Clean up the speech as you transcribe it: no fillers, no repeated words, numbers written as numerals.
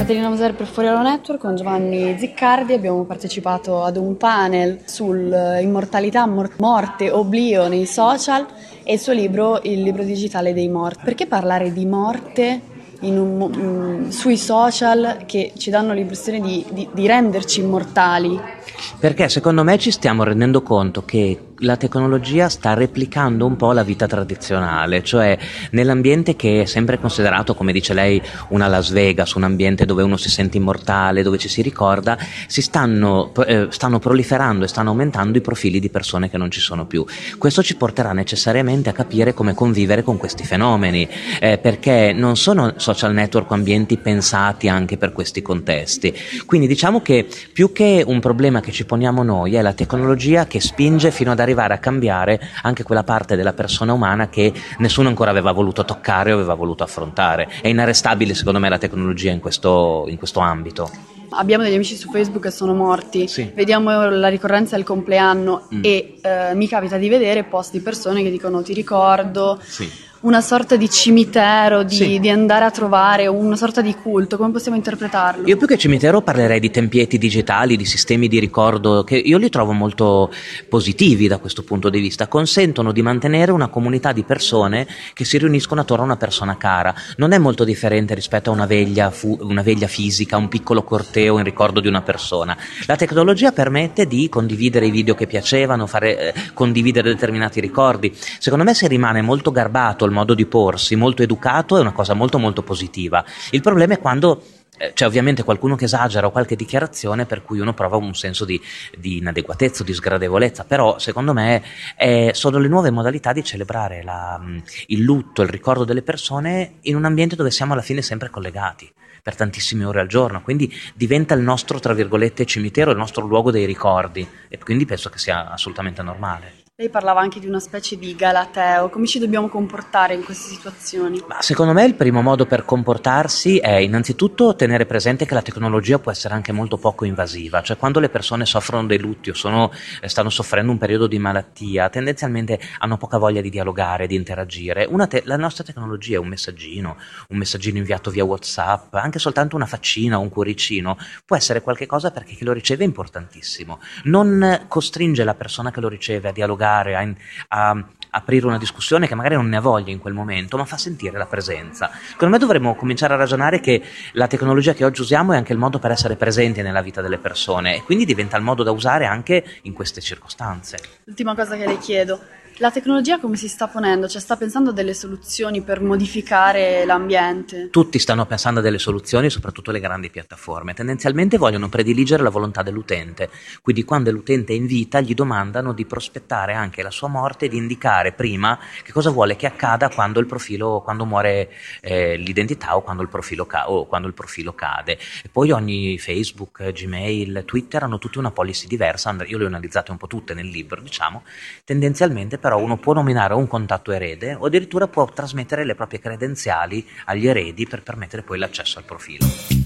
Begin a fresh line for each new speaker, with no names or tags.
Caterina Moser per Fuori Allo Network con Giovanni Ziccardi abbiamo partecipato ad un panel sull'immortalità, morte, oblio nei social e il suo libro, il libro digitale dei morti. Perché parlare di morte sui social che ci danno l'impressione di renderci immortali?
Perché secondo me ci stiamo rendendo conto che la tecnologia sta replicando un po' la vita tradizionale, cioè nell'ambiente che è sempre considerato, come dice lei, una Las Vegas, un ambiente dove uno si sente immortale, dove ci si ricorda, stanno proliferando e stanno aumentando i profili di persone che non ci sono più. Questo ci porterà necessariamente a capire come convivere con questi fenomeni, perché non sono social network o ambienti pensati anche per questi contesti. Quindi diciamo che più che un problema che ci poniamo noi è la tecnologia che spinge fino ad arrivare a cambiare anche quella parte della persona umana che nessuno ancora aveva voluto toccare o aveva voluto affrontare. È inarrestabile secondo me la tecnologia in questo ambito.
Abbiamo degli amici su Facebook che sono morti,
sì.
Vediamo la ricorrenza del compleanno e mi capita di vedere post di persone che dicono ti ricordo,
sì.
Una sorta di cimitero,
sì.
di andare a trovare una sorta di culto, come possiamo interpretarlo?
Io più che cimitero parlerei di templietti digitali, di sistemi di ricordo che io li trovo molto positivi da questo punto di vista, consentono di mantenere una comunità di persone che si riuniscono attorno a una persona cara. Non è molto differente rispetto a una veglia fisica, un piccolo corteo in ricordo di una persona. La tecnologia permette di condividere i video che piacevano, condividere determinati ricordi. Secondo me se rimane molto garbato il modo di porsi, molto educato, è una cosa molto molto positiva. Il problema è quando c'è ovviamente qualcuno che esagera o qualche dichiarazione per cui uno prova un senso di inadeguatezza o di sgradevolezza, però secondo me sono le nuove modalità di celebrare il lutto, il ricordo delle persone in un ambiente dove siamo alla fine sempre collegati per tantissime ore al giorno, quindi diventa il nostro, tra virgolette, cimitero, il nostro luogo dei ricordi, e quindi penso che sia assolutamente normale.
Lei parlava anche di una specie di galateo, come ci dobbiamo comportare in queste situazioni?
Ma secondo me il primo modo per comportarsi è innanzitutto tenere presente che la tecnologia può essere anche molto poco invasiva, cioè quando le persone soffrono dei lutti o stanno soffrendo un periodo di malattia, tendenzialmente hanno poca voglia di dialogare, di interagire. La nostra tecnologia è un messaggino inviato via WhatsApp, anche soltanto una faccina o un cuoricino, può essere qualche cosa perché chi lo riceve è importantissimo. Non costringe la persona che lo riceve a dialogare, a aprire una discussione che magari non ne ha voglia in quel momento, ma fa sentire la presenza. Secondo me dovremmo cominciare a ragionare che la tecnologia che oggi usiamo è anche il modo per essere presenti nella vita delle persone e quindi diventa il modo da usare anche in queste circostanze.
L'ultima cosa che le chiedo: la tecnologia come si sta ponendo? Cioè sta pensando a delle soluzioni per modificare l'ambiente?
Tutti stanno pensando a delle soluzioni, soprattutto le grandi piattaforme. Tendenzialmente vogliono prediligere la volontà dell'utente, quindi quando l'utente è in vita gli domandano di prospettare anche la sua morte e di indicare prima che cosa vuole che accada quando muore l'identità o quando il profilo cade. E poi ogni Facebook, Gmail, Twitter hanno tutti una policy diversa, io le ho analizzate un po' tutte nel libro, diciamo. Tendenzialmente però uno può nominare un contatto erede o addirittura può trasmettere le proprie credenziali agli eredi per permettere poi l'accesso al profilo.